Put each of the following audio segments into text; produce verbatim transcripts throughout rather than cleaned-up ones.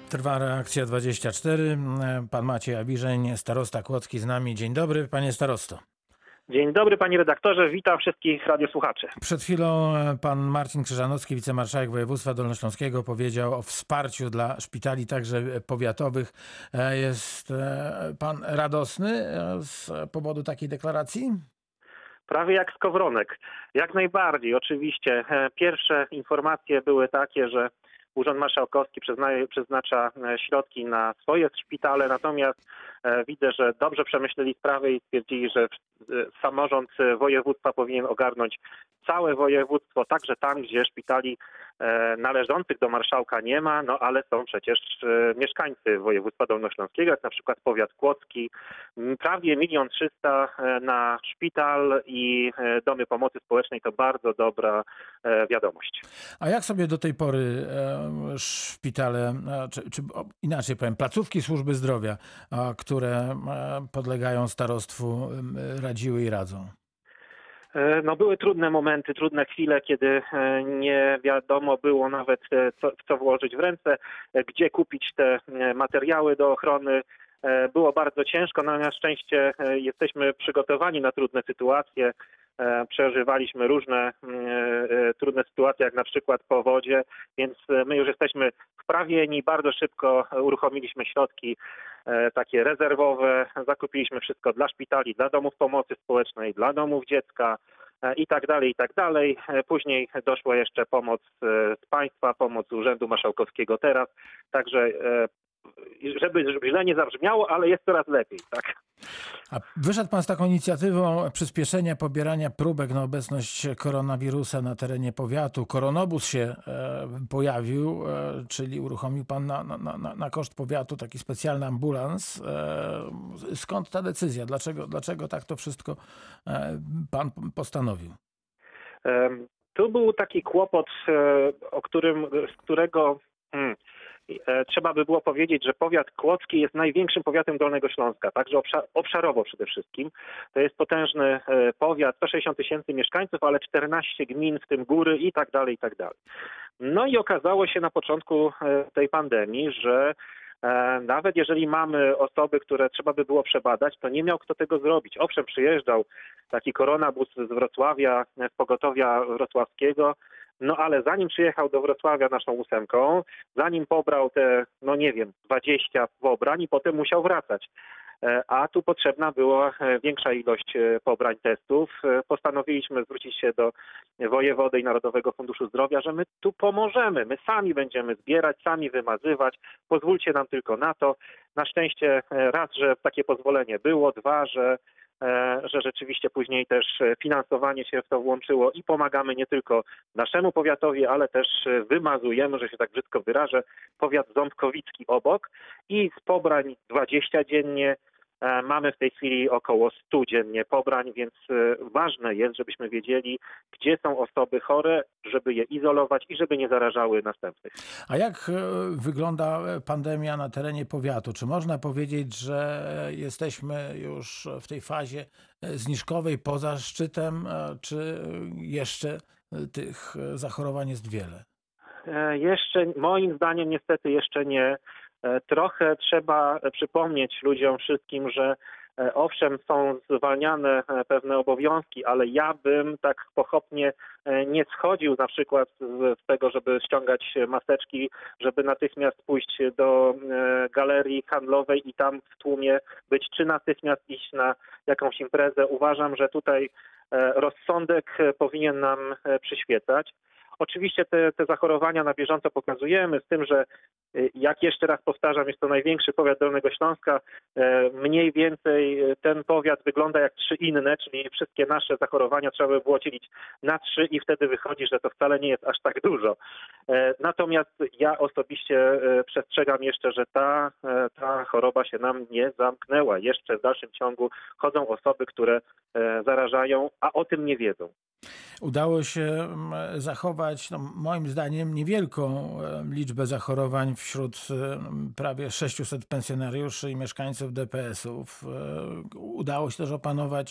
Trwa reakcja dwadzieścia cztery. Pan Maciej Abiżeń, starosta kłodzki z nami. Dzień dobry, panie starosto. Dzień dobry, panie redaktorze, witam wszystkich radiosłuchaczy. Przed chwilą pan Marcin Krzyżanowski, wicemarszałek województwa dolnośląskiego, powiedział o wsparciu dla szpitali, także powiatowych. Jest pan radosny z powodu takiej deklaracji? Prawie jak skowronek. Jak najbardziej, oczywiście. Pierwsze informacje były takie, że Urząd Marszałkowski przyznaje, przeznacza środki na swoje szpitale, natomiast widzę, że dobrze przemyśleli sprawę i stwierdzili, że samorząd województwa powinien ogarnąć całe województwo, także tam, gdzie szpitali należących do marszałka nie ma, no ale są przecież mieszkańcy województwa dolnośląskiego, jak na przykład powiat kłodzki. Prawie milion trzysta na szpital i domy pomocy społecznej to bardzo dobra wiadomość. A jak sobie do tej pory szpitale, czy, czy inaczej powiem, placówki służby zdrowia, które podlegają starostwu, radziły i radzą? No były trudne momenty, trudne chwile, kiedy nie wiadomo było nawet co, w co włożyć w ręce, gdzie kupić te materiały do ochrony. Było bardzo ciężko, no na szczęście jesteśmy przygotowani na trudne sytuacje. Przeżywaliśmy różne trudne sytuacje, jak na przykład powodzie, więc my już jesteśmy wprawieni, bardzo szybko uruchomiliśmy środki takie rezerwowe, zakupiliśmy wszystko dla szpitali, dla domów pomocy społecznej, dla domów dziecka i tak dalej, i tak dalej. Później doszła jeszcze pomoc z państwa, pomoc z Urzędu Marszałkowskiego teraz, także żeby, żeby źle nie zabrzmiało, ale jest coraz lepiej, tak? A wyszedł pan z taką inicjatywą przyspieszenia pobierania próbek na obecność koronawirusa na terenie powiatu. Koronobus się e, pojawił, e, czyli uruchomił pan na, na, na, na koszt powiatu taki specjalny ambulans. E, skąd ta decyzja? Dlaczego, dlaczego tak to wszystko e, pan postanowił? E, tu był taki kłopot, e, o którym, z którego... Hmm, Trzeba by było powiedzieć, że powiat kłodzki jest największym powiatem Dolnego Śląska, także obszarowo przede wszystkim. To jest potężny powiat, sto sześćdziesiąt tysięcy mieszkańców, ale czternaście gmin, w tym góry i tak dalej, i tak dalej. No i okazało się na początku tej pandemii, że nawet jeżeli mamy osoby, które trzeba by było przebadać, to nie miał kto tego zrobić. Owszem, przyjeżdżał taki koronabus z Wrocławia, z pogotowia wrocławskiego, no ale zanim przyjechał do Wrocławia naszą ósemką, zanim pobrał te, no nie wiem, dwadzieścia pobrań i potem musiał wracać. A tu potrzebna była większa ilość pobrań testów. Postanowiliśmy zwrócić się do wojewody i Narodowego Funduszu Zdrowia, że my tu pomożemy. My sami będziemy zbierać, sami wymazywać. Pozwólcie nam tylko na to. Na szczęście raz, że takie pozwolenie było, dwa, że że rzeczywiście później też finansowanie się w to włączyło i pomagamy nie tylko naszemu powiatowi, ale też wymazujemy, że się tak brzydko wyrażę, powiat ząbkowicki obok i z pobrań dwadzieścia dziennie mamy w tej chwili około stu dziennie pobrań, więc ważne jest, żebyśmy wiedzieli, gdzie są osoby chore, żeby je izolować i żeby nie zarażały następnych. A jak wygląda pandemia na terenie powiatu? Czy można powiedzieć, że jesteśmy już w tej fazie zniżkowej poza szczytem, czy jeszcze tych zachorowań jest wiele? Jeszcze, moim zdaniem niestety jeszcze nie. Trochę trzeba przypomnieć ludziom wszystkim, że owszem, są zwalniane pewne obowiązki, ale ja bym tak pochopnie nie schodził na przykład z tego, żeby ściągać maseczki, żeby natychmiast pójść do galerii handlowej i tam w tłumie być, czy natychmiast iść na jakąś imprezę. Uważam, że tutaj rozsądek powinien nam przyświecać. Oczywiście te, te zachorowania na bieżąco pokazujemy, z tym, że jak jeszcze raz powtarzam, jest to największy powiat Dolnego Śląska. Mniej więcej ten powiat wygląda jak trzy inne, czyli wszystkie nasze zachorowania trzeba by było dzielić na trzy i wtedy wychodzi, że to wcale nie jest aż tak dużo. Natomiast ja osobiście przestrzegam jeszcze, że ta, ta choroba się nam nie zamknęła. Jeszcze w dalszym ciągu chodzą osoby, które zarażają, a o tym nie wiedzą. Udało się zachować, no, moim zdaniem, niewielką liczbę zachorowań wśród prawie sześciuset pensjonariuszy i mieszkańców D P S-ów. Udało się też opanować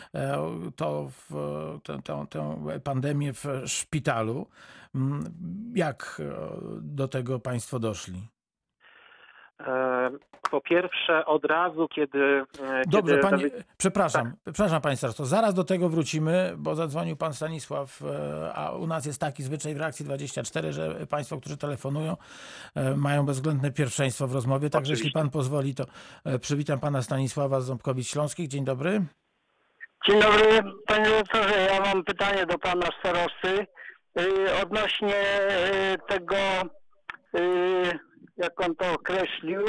to, tę, tę, tę pandemię w szpitalu. Jak do tego państwo doszli? Po pierwsze, od razu, kiedy... Dobrze, kiedy... panie, przepraszam, tak. przepraszam panie starosto, zaraz do tego wrócimy, bo zadzwonił pan Stanisław, a u nas jest taki zwyczaj w Reakcji dwadzieścia cztery, że państwo, którzy telefonują, mają bezwzględne pierwszeństwo w rozmowie, także jeśli pan pozwoli, to przywitam pana Stanisława z Ząbkowic-Śląskich. Dzień dobry. Dzień dobry, panie doktorze, ja mam pytanie do pana starosty odnośnie tego, jak on to określił,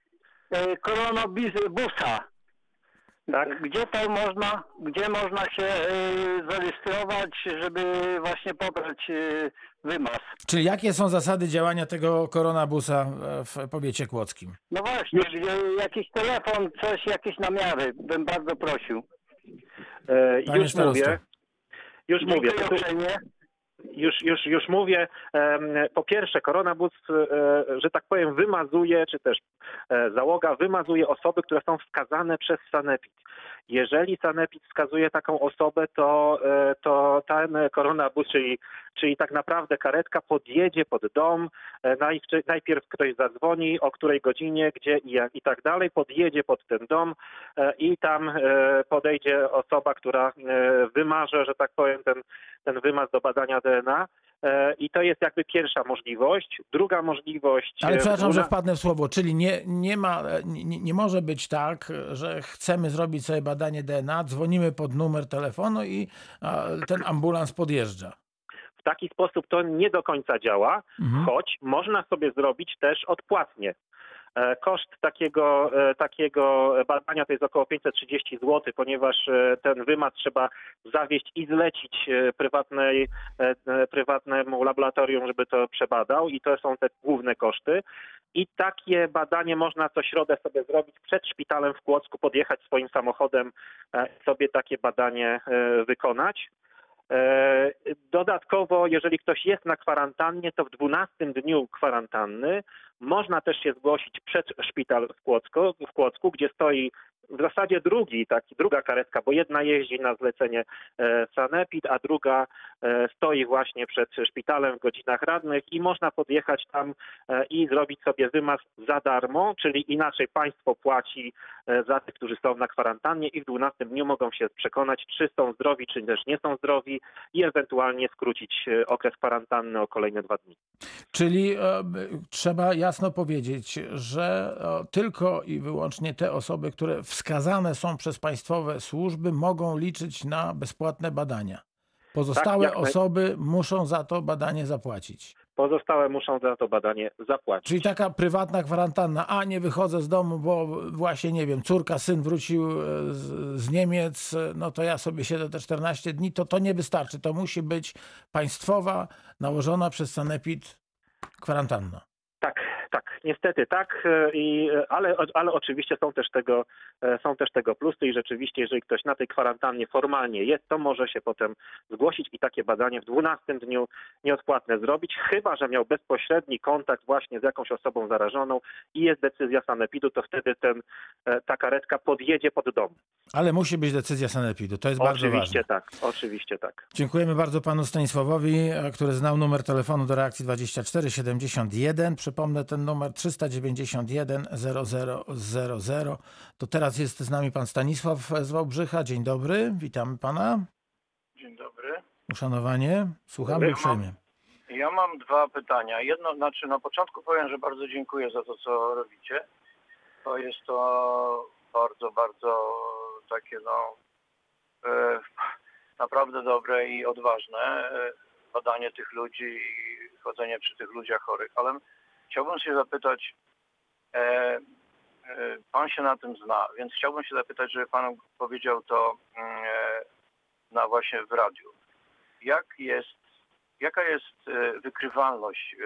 koronawirusa. Tak? Gdzie to można, gdzie można się zarejestrować, żeby właśnie pobrać wymaz? Czyli jakie są zasady działania tego koronabusa w powiecie kłodzkim? No właśnie, jakiś telefon, coś, jakieś namiary, bym bardzo prosił. E, już starosto. mówię. Już mówię. Dziękuję uprzejmie. Już, już, już mówię. Po pierwsze, koronabus, że tak powiem, wymazuje, czy też załoga wymazuje osoby, które są wskazane przez sanepid. Jeżeli sanepid wskazuje taką osobę, to, to ten koronabus, czyli, czyli tak naprawdę karetka podjedzie pod dom, najpierw ktoś zadzwoni, o której godzinie, gdzie i jak i tak dalej, podjedzie pod ten dom i tam podejdzie osoba, która wymarze, że tak powiem, ten, ten wymaz do badania D N A. I to jest jakby pierwsza możliwość. Druga możliwość... Ale przepraszam, że wpadnę w słowo, czyli nie, nie, ma, nie, nie może być tak, że chcemy zrobić sobie badanie D N A, dzwonimy pod numer telefonu i ten ambulans podjeżdża. W taki sposób to nie do końca działa, mhm. choć można sobie zrobić też odpłatnie. Koszt takiego, takiego badania to jest około pięćset trzydzieści złotych, ponieważ ten wymaz trzeba zawieźć i zlecić prywatnej, prywatnemu laboratorium, żeby to przebadał i to są te główne koszty. I takie badanie można co środę sobie zrobić przed szpitalem w Kłodzku, podjechać swoim samochodem, sobie takie badanie wykonać. Dodatkowo, jeżeli ktoś jest na kwarantannie, to w dwunastym dniu kwarantanny można też się zgłosić przed szpital w Kłodzku, w Kłodzku, gdzie stoi w zasadzie drugi, taki, druga karetka, bo jedna jeździ na zlecenie e, sanepid, a druga e, stoi właśnie przed szpitalem w godzinach radnych i można podjechać tam e, i zrobić sobie wymaz za darmo, czyli inaczej państwo płaci e, za tych, którzy są na kwarantannie i w dwunastym dniu mogą się przekonać, czy są zdrowi, czy też nie są zdrowi i ewentualnie skrócić e, okres kwarantanny o kolejne dwa dni. Czyli e, trzeba jasno powiedzieć, że e, tylko i wyłącznie te osoby, które wskazane są przez państwowe służby, mogą liczyć na bezpłatne badania. Pozostałe tak, osoby muszą za to badanie zapłacić. Pozostałe muszą za to badanie zapłacić. Czyli taka prywatna kwarantanna, a nie wychodzę z domu, bo właśnie, nie wiem, córka, syn wrócił z, z Niemiec, no to ja sobie siedzę te czternaście dni, to to nie wystarczy. To musi być państwowa, nałożona przez sanepid kwarantanna. Tak, tak, niestety tak, i, ale, ale oczywiście są też, tego, są też tego plusy i rzeczywiście, jeżeli ktoś na tej kwarantannie formalnie jest, to może się potem zgłosić i takie badanie w dwunastym dniu nieodpłatne zrobić, chyba że miał bezpośredni kontakt właśnie z jakąś osobą zarażoną i jest decyzja sanepidu, to wtedy ten, ta karetka podjedzie pod dom. Ale musi być decyzja sanepidu, to jest oczywiście bardzo ważne. Tak, oczywiście tak. Dziękujemy bardzo panu Stanisławowi, który znał numer telefonu do Reakcji dwadzieścia cztery siedemdziesiąt jeden. Przypomnę ten numer trzysta dziewięćdziesiąt jeden zero zero zero zero. To teraz jest z nami pan Stanisław z Wałbrzycha. Dzień dobry, witamy pana. Dzień dobry. Uszanowanie, słuchamy Ja uprzejmie. mam, ja mam dwa pytania. Jedno, znaczy na początku powiem, że bardzo dziękuję za to, co robicie. To jest to bardzo, bardzo takie no e, naprawdę dobre i odważne e, badanie tych ludzi i chodzenie przy tych ludziach chorych. Ale chciałbym się zapytać, e, e, pan się na tym zna, więc chciałbym się zapytać, żeby pan powiedział to e, na właśnie w radiu. Jak jest, jaka jest e, wykrywalność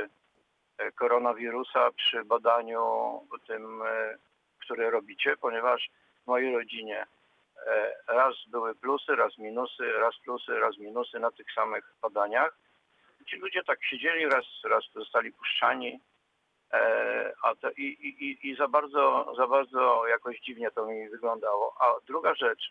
e, koronawirusa przy badaniu tym, e, które robicie, ponieważ w mojej rodzinie e, raz były plusy, raz minusy, raz plusy, raz minusy na tych samych badaniach. Ci ludzie tak siedzieli, raz, raz zostali puszczani, e, a to, i, i, i za bardzo, za bardzo jakoś dziwnie to mi wyglądało. A druga rzecz,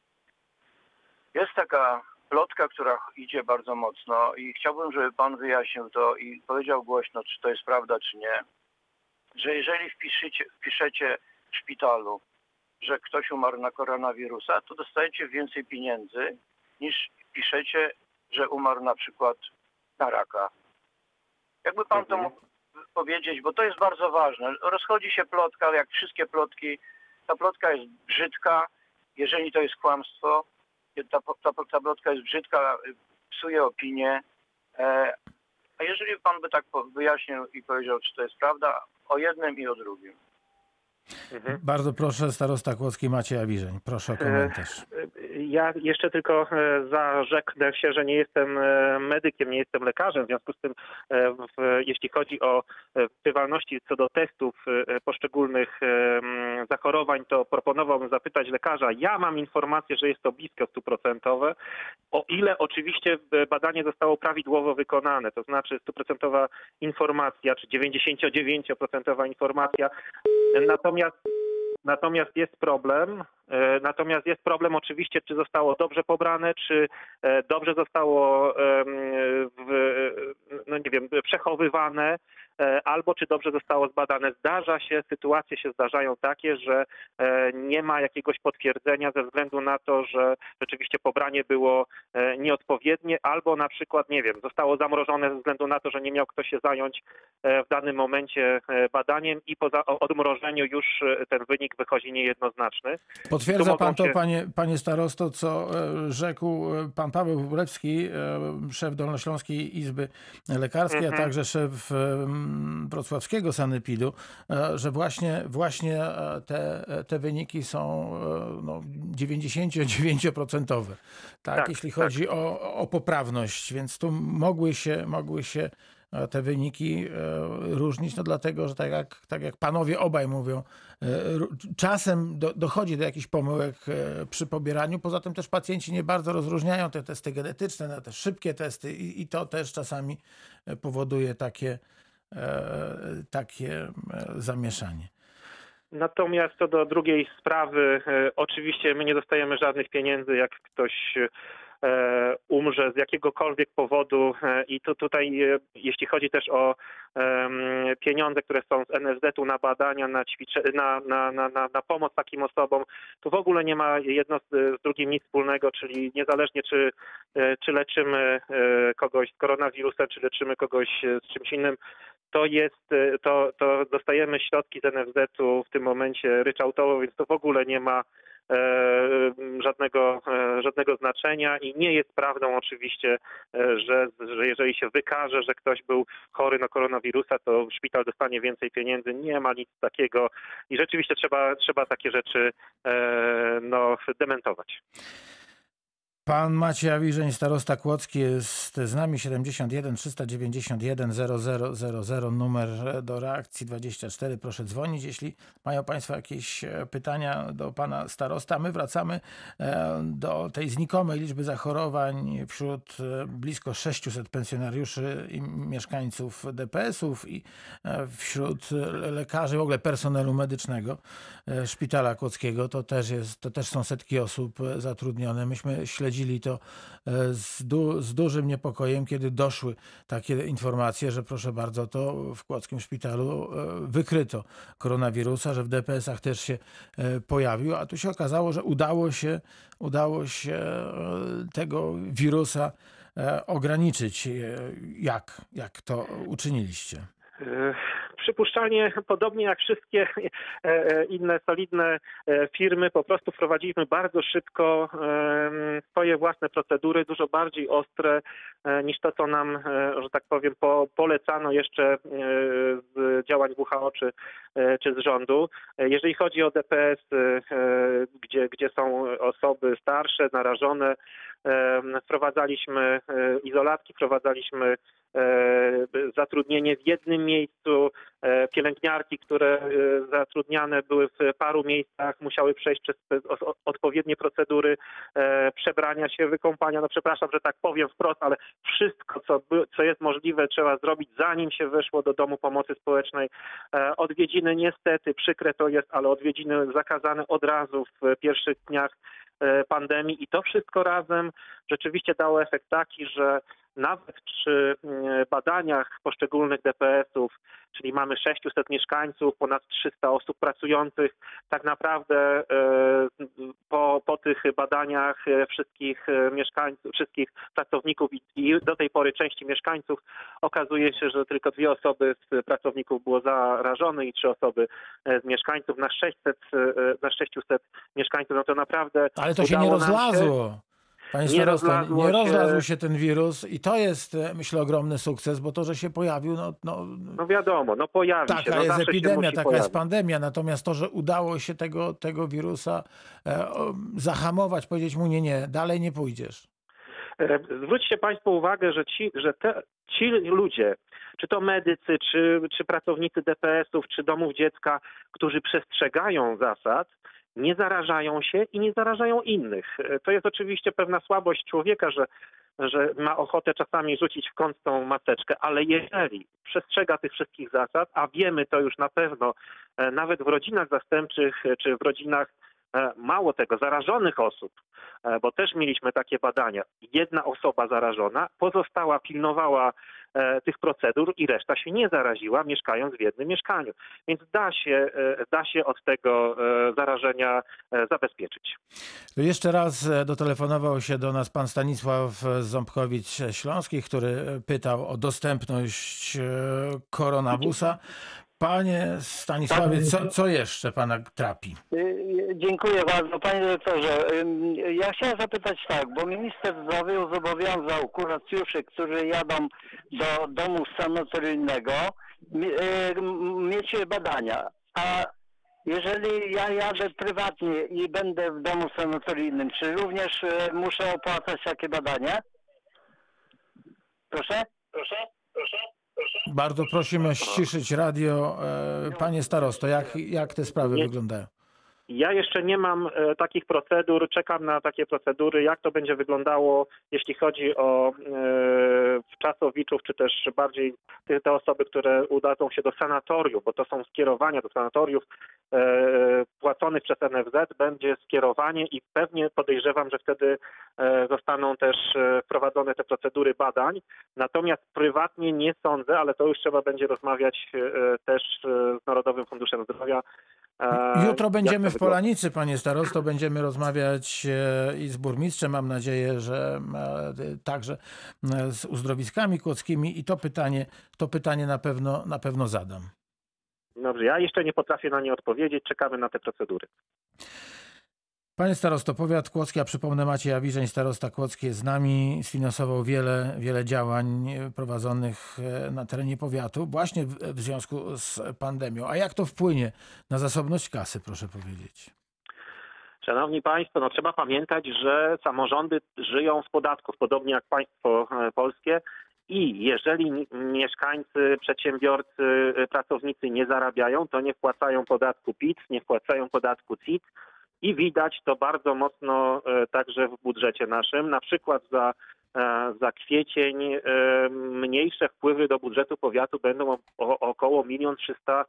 jest taka plotka, która idzie bardzo mocno i chciałbym, żeby pan wyjaśnił to i powiedział głośno, czy to jest prawda, czy nie. że jeżeli wpiszecie, wpiszecie w szpitalu, że ktoś umarł na koronawirusa, to dostajecie więcej pieniędzy niż piszecie, że umarł na przykład na raka. Jakby pan to mógł powiedzieć, bo to jest bardzo ważne. Rozchodzi się plotka, jak wszystkie plotki. Ta plotka jest brzydka, jeżeli to jest kłamstwo. Ta, ta, ta plotka jest brzydka, psuje opinię. E, a jeżeli pan by tak wyjaśnił i powiedział, czy to jest prawda, o jednym i o drugim. Mhm. Bardzo proszę, starosta Kłodzki Maciej Awiżeń. Proszę o komentarz. Ja jeszcze tylko zarzeknę się, że nie jestem medykiem, nie jestem lekarzem. W związku z tym, w, jeśli chodzi o wpływalności co do testów poszczególnych zachorowań, to proponowałbym zapytać lekarza. Ja mam informację, że jest to blisko stuprocentowe, o ile oczywiście badanie zostało prawidłowo wykonane. To znaczy stuprocentowa informacja, czy dziewięćdziesięciodziewięcioprocentowa informacja. Natomiast Natomiast jest problem, natomiast jest problem oczywiście, czy zostało dobrze pobrane, czy dobrze zostało, no nie wiem, przechowywane, albo czy dobrze zostało zbadane. Zdarza się, sytuacje się zdarzają takie, że nie ma jakiegoś potwierdzenia ze względu na to, że rzeczywiście pobranie było nieodpowiednie, albo na przykład, nie wiem, zostało zamrożone ze względu na to, że nie miał kto się zająć w danym momencie badaniem i po odmrożeniu już ten wynik wychodzi niejednoznaczny. Potwierdza pan to, się... panie, panie starosto, co rzekł pan Paweł Wróblewski, szef Dolnośląskiej Izby Lekarskiej, mm-hmm. a także szef wrocławskiego sanepidu, że właśnie, właśnie te, te wyniki są no, dziewięćdziesięciodziewięcioprocentowe, tak, tak, jeśli chodzi tak. o, o poprawność, więc tu mogły się, mogły się te wyniki różnić, no dlatego, że tak jak, tak jak panowie obaj mówią, czasem do, dochodzi do jakichś pomyłek przy pobieraniu, poza tym też pacjenci nie bardzo rozróżniają te testy genetyczne, no, te szybkie testy i, i to też czasami powoduje takie, takie zamieszanie. Natomiast co do drugiej sprawy, oczywiście my nie dostajemy żadnych pieniędzy, jak ktoś umrze z jakiegokolwiek powodu i to tutaj, jeśli chodzi też o pieniądze, które są z en es zet u na badania, na, ćwicze, na, na, na, na pomoc takim osobom, tu w ogóle nie ma jedno z drugim nic wspólnego, czyli niezależnie czy, czy leczymy kogoś z koronawirusem, czy leczymy kogoś z czymś innym, to jest, to, to dostajemy środki z en es zet u w tym momencie ryczałtowo, więc to w ogóle nie ma żadnego, żadnego znaczenia i nie jest prawdą oczywiście, że, że jeżeli się wykaże, że ktoś był chory na koronawirusa, to szpital dostanie więcej pieniędzy. Nie ma nic takiego i rzeczywiście trzeba, trzeba takie rzeczy no, dementować. Pan Maciej Awiżeń, starosta Kłodzki, jest z nami. Siedemdziesiąt jeden trzysta dziewięćdziesiąt jeden zero zero zero zero, numer do reakcji dwadzieścia cztery. Proszę dzwonić, jeśli mają państwo jakieś pytania do pana starosta. My wracamy do tej znikomej liczby zachorowań wśród blisko sześciuset pensjonariuszy i mieszkańców de pe esów i wśród lekarzy, w ogóle personelu medycznego Szpitala Kłodzkiego. To też jest, to też są setki osób zatrudnione. Myśmy śledzili to z, du, z dużym niepokojem, kiedy doszły takie informacje, że proszę bardzo, to w Kłodzkim Szpitalu wykryto koronawirusa, że w de pe esach też się pojawił, a tu się okazało, że udało się, udało się tego wirusa ograniczyć. Jak, jak to uczyniliście? Przypuszczalnie, podobnie jak wszystkie inne solidne firmy, po prostu wprowadziliśmy bardzo szybko swoje własne procedury, dużo bardziej ostre niż to, co nam, że tak powiem, po, polecano jeszcze z działań W H O czy, czy z rządu. Jeżeli chodzi o de pe es, gdzie, gdzie są osoby starsze, narażone, wprowadzaliśmy izolatki, wprowadzaliśmy zatrudnienie w jednym miejscu, pielęgniarki, które zatrudniane były w paru miejscach, musiały przejść przez odpowiednie procedury przebrania się, wykąpania. No przepraszam, że tak powiem wprost, ale wszystko, co, co jest możliwe, trzeba zrobić, zanim się weszło do Domu Pomocy Społecznej. Odwiedziny niestety, przykre to jest, ale odwiedziny zakazane od razu w pierwszych dniach pandemii i to wszystko razem rzeczywiście dało efekt taki, że nawet przy badaniach poszczególnych D P S-ów, czyli mamy sześciuset mieszkańców, ponad trzysta osób pracujących, tak naprawdę po, po tych badaniach wszystkich mieszkańców, wszystkich pracowników i do tej pory części mieszkańców okazuje się, że tylko dwie osoby z pracowników było zarażone i trzy osoby z mieszkańców na sześćset, na sześciuset mieszkańców. No to naprawdę ale to się nie rozlazło. Się... Panie starosto, nie rozlazł się ten wirus i to jest, myślę, ogromny sukces, bo to, że się pojawił, no... No, no wiadomo, no pojawi taka się. Taka no jest epidemia, taka pojawić. jest pandemia, natomiast to, że udało się tego, tego wirusa e, o, zahamować, powiedzieć mu nie, nie, dalej nie pójdziesz. E, zwróćcie Państwo uwagę, że ci, że te, ci ludzie, czy to medycy, czy, czy pracownicy D P S-ów, czy domów dziecka, którzy przestrzegają zasad, nie zarażają się i nie zarażają innych. To jest oczywiście pewna słabość człowieka, że, że ma ochotę czasami rzucić w kąt tą maseczkę, ale jeżeli przestrzega tych wszystkich zasad, a wiemy to już na pewno nawet w rodzinach zastępczych czy w rodzinach mało tego, zarażonych osób, bo też mieliśmy takie badania. Jedna osoba zarażona, pozostała pilnowała tych procedur i reszta się nie zaraziła, mieszkając w jednym mieszkaniu. Więc da się, da się od tego zarażenia zabezpieczyć. Jeszcze raz dotelefonował się do nas pan Stanisław z Ząbkowic-Śląskich, który pytał o dostępność koronabusa. Panie Stanisławie, co, co jeszcze pana trapi? Dziękuję bardzo, panie dyrektorze. Ja chciałem zapytać tak, bo minister zdrowia zobowiązał kuracjuszy, którzy jadą do domu sanatoryjnego, mieć badania. A jeżeli ja jadę prywatnie i będę w domu sanatoryjnym, czy również muszę opłacać takie badania? Proszę? Proszę? Proszę? Bardzo prosimy ściszyć radio. Panie starosto, jak, jak te sprawy Nie. wyglądają? Ja jeszcze nie mam e, takich procedur, czekam na takie procedury, jak to będzie wyglądało, jeśli chodzi o e, wczasowiczów, czy też bardziej te, te osoby, które udadzą się do sanatoriów, bo to są skierowania do sanatoriów e, płaconych przez N F Z, będzie skierowanie i pewnie podejrzewam, że wtedy e, zostaną też e, wprowadzone te procedury badań. Natomiast prywatnie nie sądzę, ale to już trzeba będzie rozmawiać e, też e, z Narodowym Funduszem Zdrowia. Jutro będziemy w Polanicy, panie starosto, będziemy rozmawiać i z burmistrzem, mam nadzieję, że także z uzdrowiskami kłodzkimi i to pytanie, to pytanie na pewno, na pewno zadam. Dobrze, ja jeszcze nie potrafię na nie odpowiedzieć, czekamy na te procedury. Panie starosto, powiat kłodzki, a przypomnę Maciej Awiżeń, starosta kłodzki jest z nami, sfinansował wiele, wiele działań prowadzonych na terenie powiatu właśnie w, w związku z pandemią. A jak to wpłynie na zasobność kasy, proszę powiedzieć? Szanowni Państwo, no trzeba pamiętać, że samorządy żyją z podatków, podobnie jak państwo polskie. I jeżeli mieszkańcy, przedsiębiorcy, pracownicy nie zarabiają, to nie wpłacają podatku P I T, nie wpłacają podatku C I T. I widać to bardzo mocno także w budżecie naszym. Na przykład za, za kwiecień mniejsze wpływy do budżetu powiatu będą o, około milion trzysta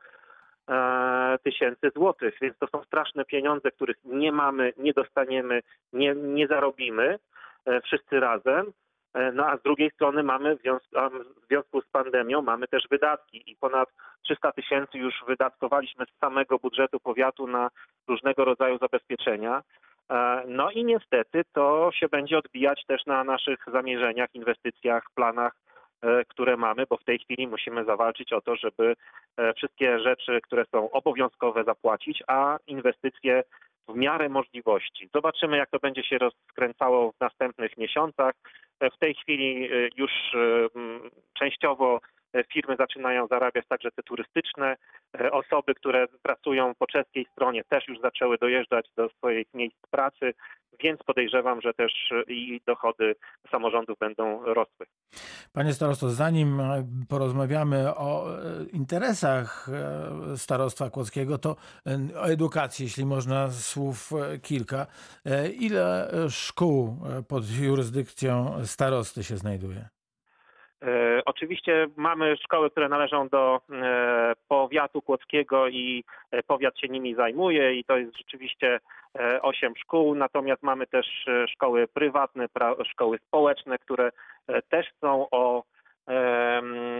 tysięcy złotych. Więc to są straszne pieniądze, których nie mamy, nie dostaniemy, nie, nie zarobimy wszyscy razem. No a z drugiej strony mamy w związku, w związku z pandemią mamy też wydatki i ponad trzysta tysięcy już wydatkowaliśmy z samego budżetu powiatu na różnego rodzaju zabezpieczenia. No i niestety to się będzie odbijać też na naszych zamierzeniach, inwestycjach, planach, które mamy, bo w tej chwili musimy zawalczyć o to, żeby wszystkie rzeczy, które są obowiązkowe, zapłacić, a inwestycje w miarę możliwości. Zobaczymy, jak to będzie się rozkręcało w następnych miesiącach. W tej chwili już częściowo firmy zaczynają zarabiać, także te turystyczne. Osoby, które pracują po czeskiej stronie, też już zaczęły dojeżdżać do swoich miejsc pracy, więc podejrzewam, że też i dochody samorządów będą rosły. Panie starosto, zanim porozmawiamy o interesach starostwa kłodzkiego, to o edukacji, jeśli można słów kilka. Ile szkół pod jurysdykcją starosty się znajduje? E, oczywiście mamy szkoły, które należą do e, powiatu kłodzkiego i e, powiat się nimi zajmuje i to jest rzeczywiście e, osiem szkół, natomiast mamy też e, szkoły prywatne, pra, szkoły społeczne, które e, też są o e,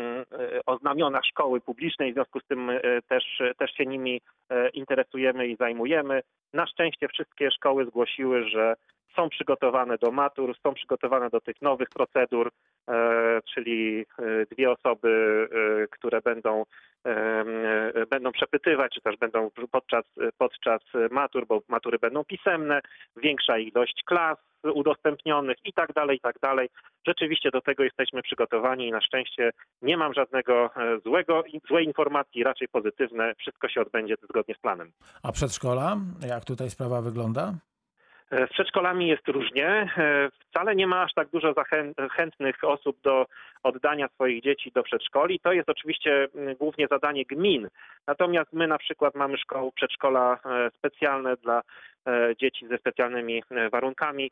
o znamionach szkoły publicznej, w związku z tym e, też, też się nimi e, interesujemy i zajmujemy. Na szczęście wszystkie szkoły zgłosiły, że są przygotowane do matur, są przygotowane do tych nowych procedur, e, czyli dwie osoby, e, które będą, e, będą przepytywać, czy też będą podczas, podczas matur, bo matury będą pisemne, większa ilość klas udostępnionych i tak dalej, i tak dalej. Rzeczywiście do tego jesteśmy przygotowani i na szczęście nie mam żadnego złego, złej informacji, raczej pozytywne. Wszystko się odbędzie zgodnie z planem. A przedszkola? Jak tutaj sprawa wygląda? Z przedszkolami jest różnie. Wcale nie ma aż tak dużo chętnych osób do oddania swoich dzieci do przedszkoli. To jest oczywiście głównie zadanie gmin. Natomiast my na przykład mamy szkoły, przedszkola specjalne dla dzieci ze specjalnymi warunkami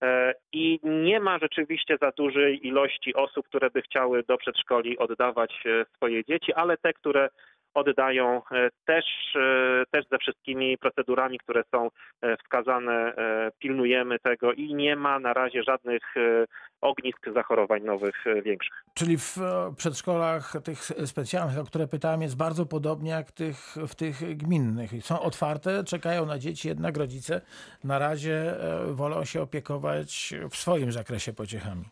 i nie ma rzeczywiście za dużej ilości osób, które by chciały do przedszkoli oddawać swoje dzieci, ale te, które oddają też, też ze wszystkimi procedurami, które są wskazane, pilnujemy tego i nie ma na razie żadnych ognisk zachorowań nowych większych. Czyli w przedszkolach tych specjalnych, o które pytałem, jest bardzo podobnie jak tych, w tych gminnych. Są otwarte, czekają na dzieci, jednak rodzice na razie wolą się opiekować w swoim zakresie pociechami.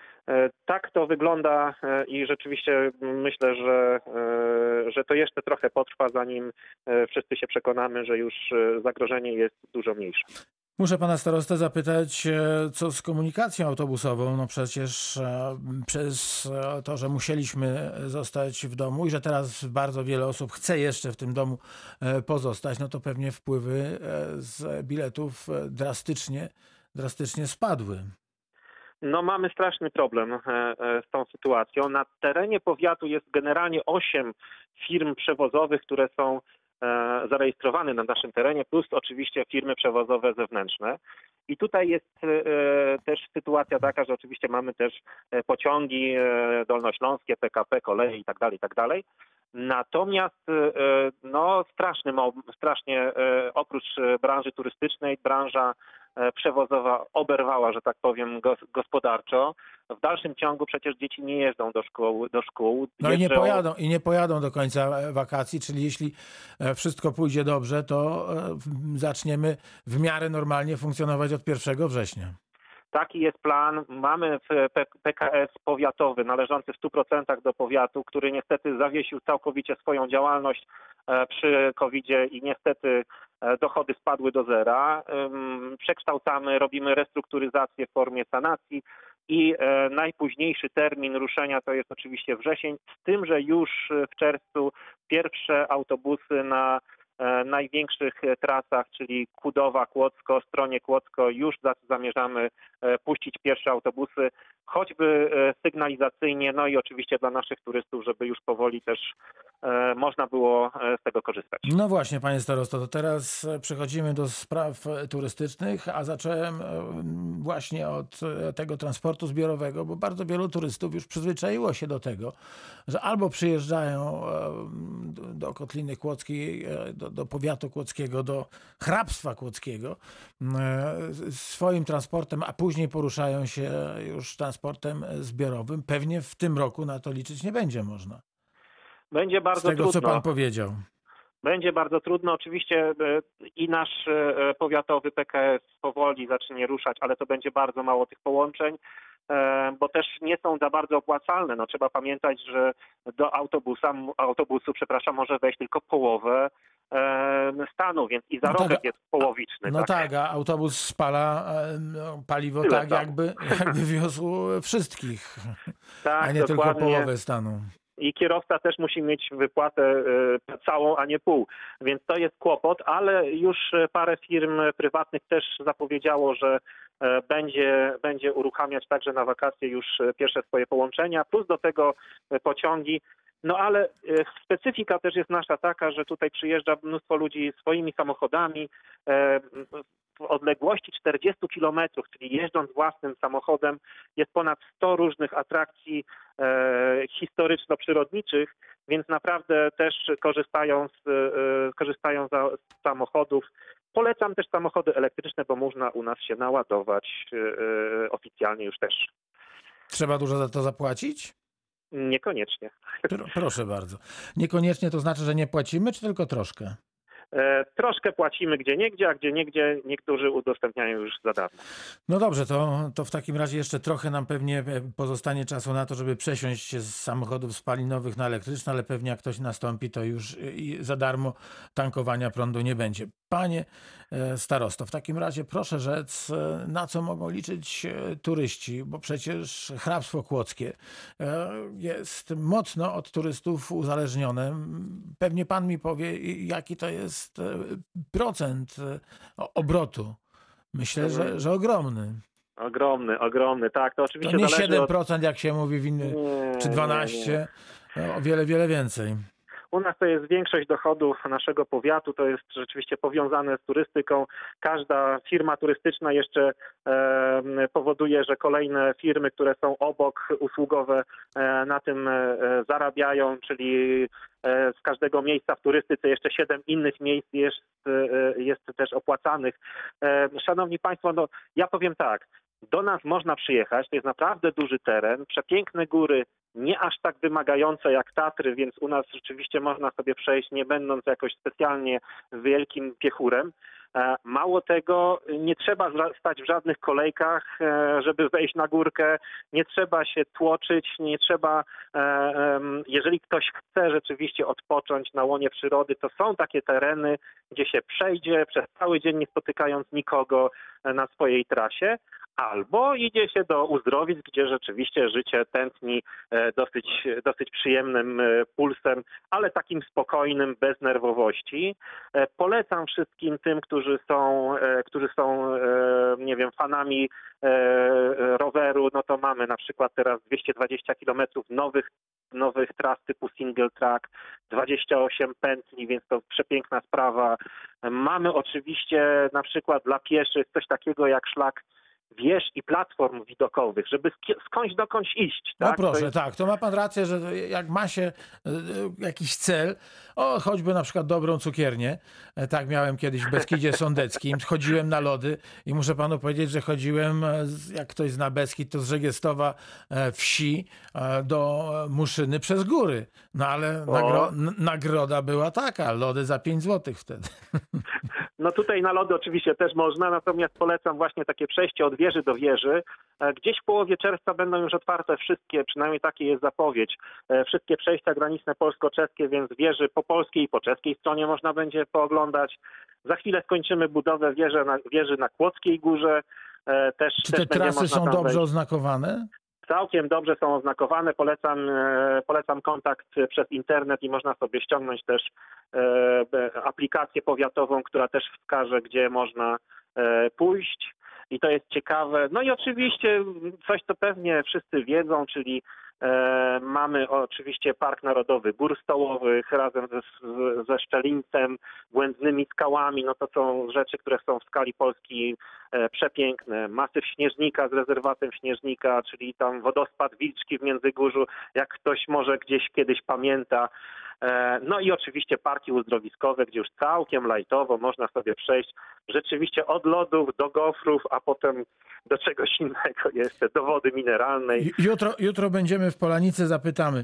Tak to wygląda i rzeczywiście myślę, że, że to jeszcze trochę potrwa, zanim wszyscy się przekonamy, że już zagrożenie jest dużo mniejsze. Muszę pana starostę zapytać, co z komunikacją autobusową? No przecież przez to, że musieliśmy zostać w domu i że teraz bardzo wiele osób chce jeszcze w tym domu pozostać, no to pewnie wpływy z biletów drastycznie, drastycznie spadły. No mamy straszny problem z tą sytuacją. Na terenie powiatu jest generalnie osiem firm przewozowych, które są zarejestrowane na naszym terenie, plus oczywiście firmy przewozowe zewnętrzne. I tutaj jest też sytuacja taka, że oczywiście mamy też pociągi dolnośląskie, P K P, koleje i tak dalej, i tak dalej. Natomiast no straszny, strasznie oprócz branży turystycznej, branża przewozowa oberwała, że tak powiem, gospodarczo. W dalszym ciągu przecież dzieci nie jeżdżą do szkół. Do szkół. No i nie pojadą, i nie pojadą do końca wakacji, czyli jeśli wszystko pójdzie dobrze, to zaczniemy w miarę normalnie funkcjonować od pierwszego września. Taki jest plan. Mamy P K S powiatowy należący w stu procentach do powiatu, który niestety zawiesił całkowicie swoją działalność przy kowidzie i niestety dochody spadły do zera. Przekształcamy, robimy restrukturyzację w formie sanacji i najpóźniejszy termin ruszenia to jest oczywiście wrzesień, z tym, że już w czerwcu pierwsze autobusy na największych trasach, czyli Kudowa, Kłodzko, Stronie Kłodzko, już zamierzamy puścić pierwsze autobusy, choćby sygnalizacyjnie, no i oczywiście dla naszych turystów, żeby już powoli też można było z tego korzystać. No właśnie, panie starosto, to teraz przechodzimy do spraw turystycznych, a zacząłem właśnie od tego transportu zbiorowego, bo bardzo wielu turystów już przyzwyczaiło się do tego, że albo przyjeżdżają do Kotliny Kłodzkiej, do, do powiatu kłodzkiego, do hrabstwa kłodzkiego swoim transportem, a później poruszają się już transportem zbiorowym. Pewnie w tym roku na to liczyć nie będzie można. Będzie bardzo Z tego, trudno. co pan powiedział. Będzie bardzo trudno. Oczywiście i nasz powiatowy P K S powoli zacznie ruszać, ale to będzie bardzo mało tych połączeń, bo też nie są za bardzo opłacalne. No, trzeba pamiętać, że do autobusa, autobusu, przepraszam, może wejść tylko połowę stanu, więc i zarobek no tak, jest połowiczny. No tak, tak a autobus spala no, paliwo Tyle tak, jakby, jakby wiózł wszystkich, tak, a nie dokładnie. tylko połowę stanu. I kierowca też musi mieć wypłatę całą, a nie pół. Więc to jest kłopot, ale już parę firm prywatnych też zapowiedziało, że będzie, będzie uruchamiać także na wakacje już pierwsze swoje połączenia, plus do tego pociągi. No ale specyfika też jest nasza taka, że tutaj przyjeżdża mnóstwo ludzi swoimi samochodami. w odległości czterdziestu kilometrów, czyli jeżdżąc własnym samochodem, jest ponad sto różnych atrakcji e, historyczno-przyrodniczych, więc naprawdę też korzystają z, e, korzystają za, z samochodów. Polecam też samochody elektryczne, bo można u nas się naładować e, oficjalnie już też. Trzeba dużo za to zapłacić? Niekoniecznie. Pro, proszę bardzo. Niekoniecznie to znaczy, że nie płacimy, czy tylko troszkę? E, troszkę płacimy gdzieniegdzie, a gdzieniegdzie niektórzy udostępniają już za darmo. No dobrze, to, to w takim razie jeszcze trochę nam pewnie pozostanie czasu na to, żeby przesiąść się z samochodów spalinowych na elektryczne, ale pewnie jak ktoś nastąpi, to już i za darmo tankowania prądu nie będzie. Panie starosto, w takim razie proszę rzec, na co mogą liczyć turyści, bo przecież hrabstwo kłodzkie jest mocno od turystów uzależnione. Pewnie pan mi powie, jaki to jest procent obrotu. Myślę, że, że ogromny. Ogromny, ogromny, tak. To oczywiście to nie zależy siedem od... procent, jak się mówi w inny, czy dwanaście procent, o wiele, wiele więcej. U nas to jest większość dochodu naszego powiatu, to jest rzeczywiście powiązane z turystyką. Każda firma turystyczna jeszcze e, powoduje, że kolejne firmy, które są obok usługowe e, na tym e, zarabiają, czyli e, z każdego miejsca w turystyce jeszcze siedem innych miejsc jest, e, jest też opłacanych. E, szanowni Państwo, no, ja powiem tak. Do nas można przyjechać, to jest naprawdę duży teren, przepiękne góry, nie aż tak wymagające jak Tatry, więc u nas rzeczywiście można sobie przejść, nie będąc jakoś specjalnie wielkim piechurem. Mało tego, nie trzeba stać w żadnych kolejkach, żeby wejść na górkę, nie trzeba się tłoczyć, nie trzeba, jeżeli ktoś chce rzeczywiście odpocząć na łonie przyrody, to są takie tereny, gdzie się przejdzie przez cały dzień, nie spotykając nikogo na swojej trasie. Albo idzie się do Uzdrowic, gdzie rzeczywiście życie tętni dosyć, dosyć przyjemnym pulsem, ale takim spokojnym, bez nerwowości. Polecam wszystkim tym, którzy są, którzy są, nie wiem, fanami roweru, no to mamy na przykład teraz dwieście dwadzieścia kilometrów nowych, nowych tras typu single track, dwadzieścia osiem pętli, więc to przepiękna sprawa. Mamy oczywiście na przykład dla pieszych coś takiego jak szlak wież i platform widokowych, żeby skądś dokądś iść. No tak? proszę, to jest... tak, to ma pan rację, że jak ma się jakiś cel, o, choćby na przykład dobrą cukiernię, tak miałem kiedyś w Beskidzie Sądeckim, chodziłem na lody i muszę panu powiedzieć, że chodziłem, jak ktoś zna Beskid, to z Żegiestowa wsi do Muszyny przez góry, no ale nagro... nagroda była taka, lody za pięć złotych wtedy. No tutaj na lody oczywiście też można, natomiast polecam właśnie takie przejście od wieży do wieży. Gdzieś w połowie czerwca będą już otwarte wszystkie, przynajmniej takie jest zapowiedź, wszystkie przejścia graniczne polsko-czeskie, więc wieży po polskiej i po czeskiej stronie można będzie pooglądać. Za chwilę skończymy budowę wieży na, wieży na Kłodzkiej Górze. Też, Czy te też trasy są dobrze wejść. oznakowane? Całkiem dobrze są oznakowane. Polecam, polecam kontakt przez internet i można sobie ściągnąć też aplikację powiatową, która też wskaże, gdzie można pójść. I to jest ciekawe. No i oczywiście coś, co pewnie wszyscy wiedzą, czyli e, mamy oczywiście Park Narodowy Gór Stołowych razem ze, ze Szczelińcem, błędnymi skałami. No to są rzeczy, które są w skali Polski e, przepiękne. Masyw Śnieżnika z rezerwatem Śnieżnika, czyli tam wodospad Wilczki w Międzygórzu, jak ktoś może gdzieś kiedyś pamięta. No i oczywiście parki uzdrowiskowe, gdzie już całkiem lajtowo można sobie przejść rzeczywiście od lodów do gofrów, a potem do czegoś innego jeszcze, do wody mineralnej. Jutro, jutro będziemy w Polanicy, zapytamy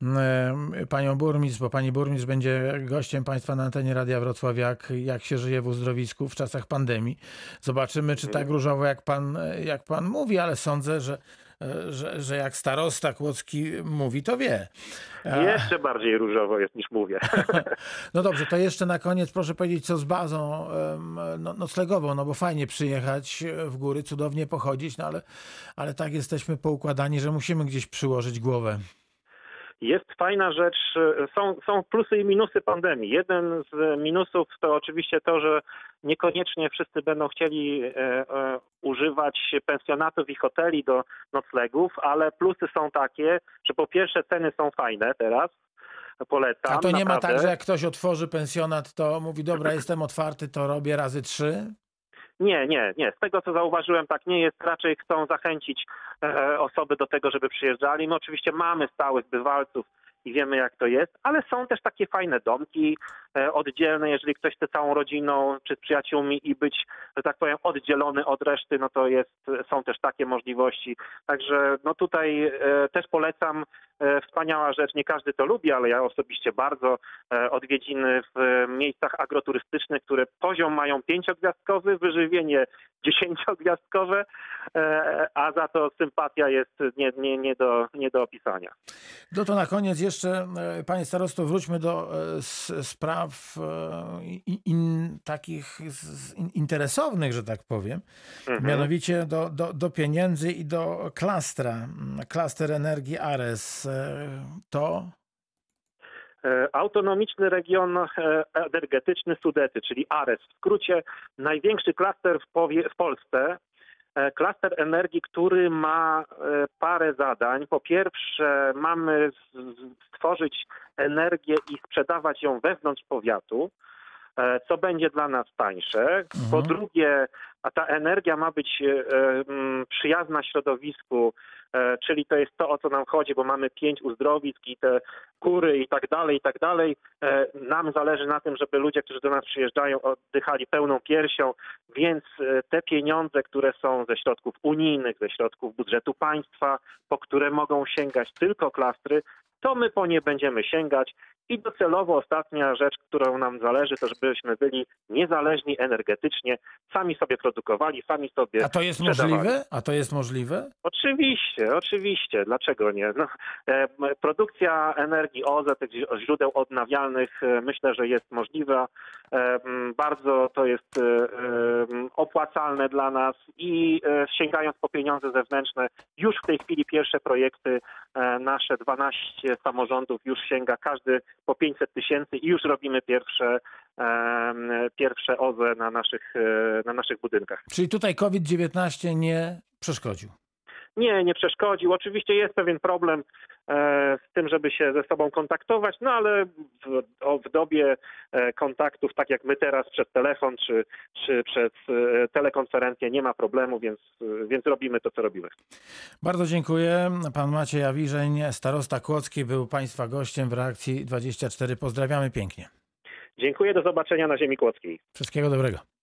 e, panią burmistrz, bo pani burmistrz będzie gościem państwa na antenie Radia Wrocław, jak, jak się żyje w uzdrowisku w czasach pandemii. Zobaczymy, czy tak różowo jak pan, jak pan mówi, ale sądzę, że Że, że jak starosta Kłodzki mówi, to wie. Jeszcze bardziej różowo jest niż mówię. No dobrze, to jeszcze na koniec proszę powiedzieć, co z bazą no, noclegową, no bo fajnie przyjechać w góry, cudownie pochodzić, no ale, ale tak jesteśmy poukładani, że musimy gdzieś przyłożyć głowę. Jest fajna rzecz, są, są plusy i minusy pandemii. Jeden z minusów to oczywiście to, że niekoniecznie wszyscy będą chcieli e, e, używać pensjonatów i hoteli do noclegów, ale plusy są takie, że po pierwsze ceny są fajne teraz, polecam. A to nie naprawdę. ma tak, że jak ktoś otworzy pensjonat, to mówi, dobra, jestem otwarty, to robię razy trzy? Nie, nie, nie. Z tego, co zauważyłem, tak nie jest. Raczej chcą zachęcić e, osoby do tego, żeby przyjeżdżali. My oczywiście mamy stałych bywalców i wiemy, jak to jest, ale są też takie fajne domki e, oddzielne. Jeżeli ktoś chce całą rodziną czy z przyjaciółmi i być, że tak powiem, oddzielony od reszty, no to jest, są też takie możliwości. Także no tutaj e, też polecam. E, wspaniała rzecz, nie każdy to lubi, ale ja osobiście bardzo e, odwiedziny w e, miejscach agroturystycznych, które poziom mają pięciogwiazdkowy, wyżywienie dziesięciogwiazdkowe, e, a za to sympatia jest nie, nie, nie, do, nie do opisania. No to na koniec jeszcze, e, panie starosto, wróćmy do e, s, spraw e, in, in, takich z, in, interesownych, że tak powiem. Mhm. Mianowicie do, do, do pieniędzy i do klastra. Klaster energii Ares. E, to... Autonomiczny region energetyczny Sudety, czyli Ares. W skrócie największy klaster w, powie, w Polsce. Klaster energii, który ma parę zadań. Po pierwsze, mamy stworzyć energię i sprzedawać ją wewnątrz powiatu, co będzie dla nas tańsze. Po drugie, a ta energia ma być przyjazna środowisku, czyli to jest to, o co nam chodzi, bo mamy pięć uzdrowisk i te góry i tak dalej, i tak dalej. Nam zależy na tym, żeby ludzie, którzy do nas przyjeżdżają, oddychali pełną piersią, więc te pieniądze, które są ze środków unijnych, ze środków budżetu państwa, po które mogą sięgać tylko klastry, to my po nie będziemy sięgać. I docelowo ostatnia rzecz, którą nam zależy, to żebyśmy byli niezależni energetycznie, sami sobie produkowali, sami sobie A to jest sprzedawali. możliwe? A to jest możliwe? Oczywiście, oczywiście. Dlaczego nie? No, e, produkcja energii O Z E, tych źródeł odnawialnych, e, myślę, że jest możliwa. E, bardzo to jest e, e, opłacalne dla nas i e, sięgając po pieniądze zewnętrzne, już w tej chwili pierwsze projekty, e, nasze dwanaście samorządów już sięga każdy po pięćset tysięcy i już robimy pierwsze, e, pierwsze O Z E na naszych, e, na naszych budynkach. Czyli tutaj COVID dziewiętnaście nie przeszkodził? Nie, nie przeszkodził. Oczywiście jest pewien problem e, z tym, żeby się ze sobą kontaktować, no ale w, o, w dobie e, kontaktów, tak jak my teraz przez telefon czy, czy przez e, telekonferencję nie ma problemu, więc, e, więc robimy to, co robimy. Bardzo dziękuję. Pan Maciej Awiżeń, starosta kłodzki, był państwa gościem w Reakcji dwadzieścia cztery. Pozdrawiamy pięknie. Dziękuję, do zobaczenia na ziemi kłodzkiej. Wszystkiego dobrego.